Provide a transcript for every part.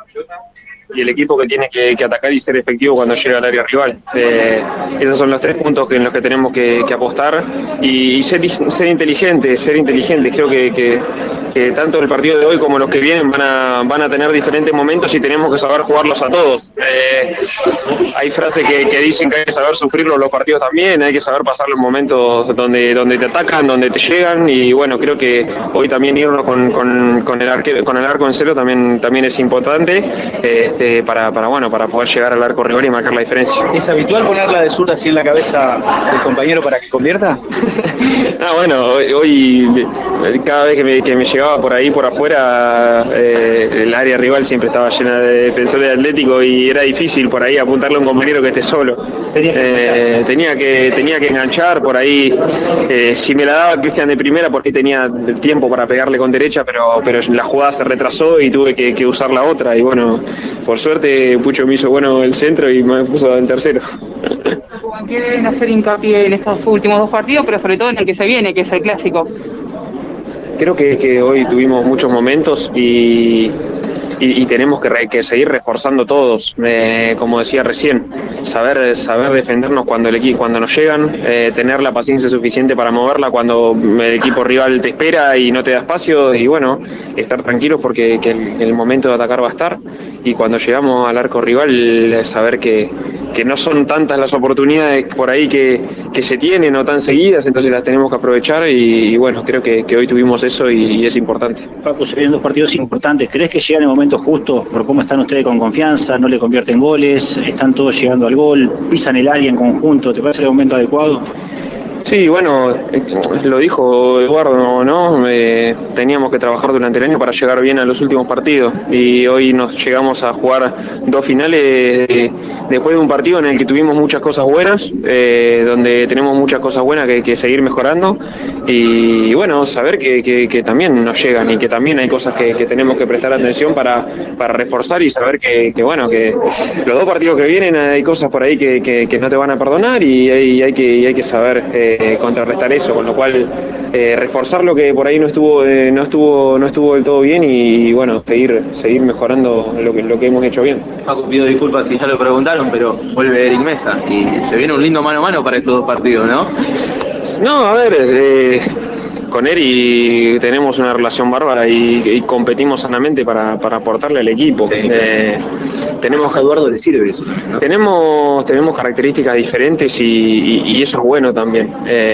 y el equipo que tiene que atacar y ser efectivo cuando llega al área rival. Esos son los 3 puntos en los que tenemos que apostar y ser inteligentes. Creo que tanto el partido de hoy como los que vienen van a tener diferentes momentos y tenemos que saber jugarlos a todos. Hay frases que dicen que hay que saber sufrirlos los partidos también, hay que saber pasar los momentos donde te atacan, donde te llegan, y bueno, creo que hoy también irnos con el arco en cero también es importante. Para poder llegar al arco rival y marcar la diferencia. ¿Es habitual ponerla de zurda así en la cabeza del compañero para que convierta? Hoy cada vez que me llegaba por ahí por afuera, el área rival siempre estaba llena de defensores de Atlético y era difícil por ahí apuntarle a un compañero que esté solo. Tenía que enganchar por ahí. Si me la daba Cristian de primera, porque tenía tiempo para pegarle con derecha, pero la jugada se retrasó y tuve que usar la otra, y bueno, por suerte Pucho me hizo bueno el centro y me puso en tercero. ¿En qué deben hacer hincapié en estos últimos 2 partidos, pero sobre todo en el que se viene, que es el clásico? Creo que hoy tuvimos muchos momentos y tenemos que seguir reforzando todos, como decía recién, saber defendernos cuando nos llegan, tener la paciencia suficiente para moverla cuando el equipo rival te espera y no te da espacio, y bueno, estar tranquilos porque el momento de atacar va a estar, y cuando llegamos al arco rival saber que no son tantas las oportunidades por ahí que se tienen o tan seguidas, entonces las tenemos que aprovechar, y bueno, creo que hoy tuvimos eso y es importante. Facu, se vienen 2 partidos importantes. ¿Crees que llegan en el momento justo por cómo están ustedes con confianza? ¿No le convierten goles? ¿Están todos llegando al gol? ¿Pisan el área en conjunto? ¿Te parece el momento adecuado? Sí, bueno, lo dijo Eduardo, ¿no? Teníamos que trabajar durante el año para llegar bien a los últimos partidos, y hoy nos llegamos a jugar 2 finales después de un partido en el que tuvimos muchas cosas buenas, donde tenemos muchas cosas buenas que seguir mejorando, y bueno, saber que también nos llegan y que también hay cosas que tenemos que prestar atención para reforzar, y saber que los 2 partidos que vienen hay cosas por ahí que no te van a perdonar, y hay que saber contrarrestar eso, con lo cual reforzar lo que por ahí no estuvo del todo bien, y bueno, seguir mejorando lo que hemos hecho bien. Facu, pido disculpas si ya lo preguntaron, pero vuelve Eric Mesa y se viene un lindo mano a mano para estos 2 partidos, ¿no? No, a ver, con Eri tenemos una relación bárbara y competimos sanamente para aportarle al equipo. Sí. Tenemos a Eduardo le sirve eso, ¿no? Tenemos características diferentes y eso es bueno también.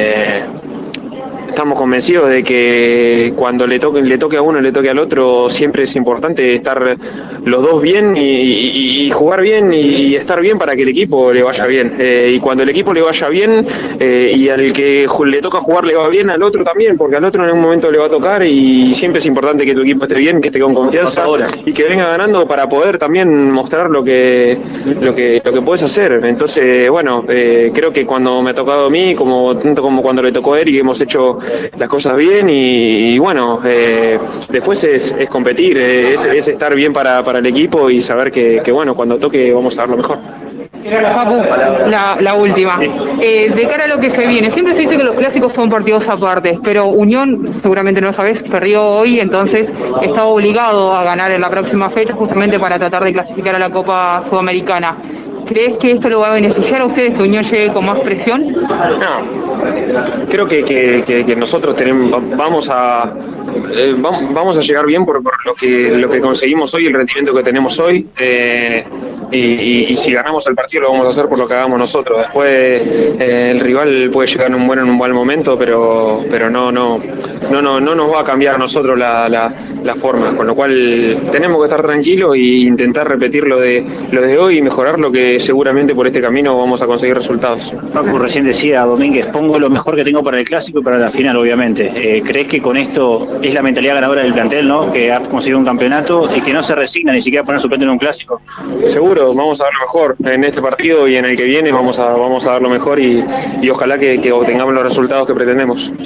Estamos convencidos de que cuando le toque a uno, le toque al otro, siempre es importante estar los 2 bien y jugar bien y estar bien para que el equipo le vaya bien. Y cuando el equipo le vaya bien y al que le toca jugar le va bien, al otro también, porque al otro en algún momento le va a tocar, y siempre es importante que tu equipo esté bien, que esté con confianza y que venga ganando para poder también mostrar lo que puedes hacer. Entonces, bueno, creo que cuando me ha tocado a mí, tanto como cuando le tocó a Eric, hemos hecho las cosas bien, y bueno, después es competir, es estar bien para el equipo y saber que bueno, cuando toque vamos a dar lo mejor. Facu, la última. Sí. De cara a lo que se viene, siempre se dice que los clásicos son partidos aparte, pero Unión, seguramente no lo sabés, perdió hoy, entonces está obligado a ganar en la próxima fecha justamente para tratar de clasificar a la Copa Sudamericana. ¿Crees que esto lo va a beneficiar a ustedes, que Unión llegue con más presión? No, creo que nosotros vamos a llegar bien por lo que conseguimos hoy, el rendimiento que tenemos hoy, y si ganamos el partido lo vamos a hacer por lo que hagamos nosotros. Después el rival puede llegar en un mal momento, pero no nos va a cambiar a nosotros la forma, con lo cual tenemos que estar tranquilos e intentar repetir lo de hoy y mejorar lo que seguramente por este camino vamos a conseguir resultados. Facu, recién decía Domínguez, pongo lo mejor que tengo para el clásico y para la final, obviamente. ¿Crees que con esto es la mentalidad ganadora del plantel, ¿no? Que ha conseguido un campeonato y que no se resigna ni siquiera a poner suplente en un clásico? Seguro, vamos a dar lo mejor en este partido y en el que viene vamos a dar lo mejor, y ojalá que obtengamos los resultados que pretendemos.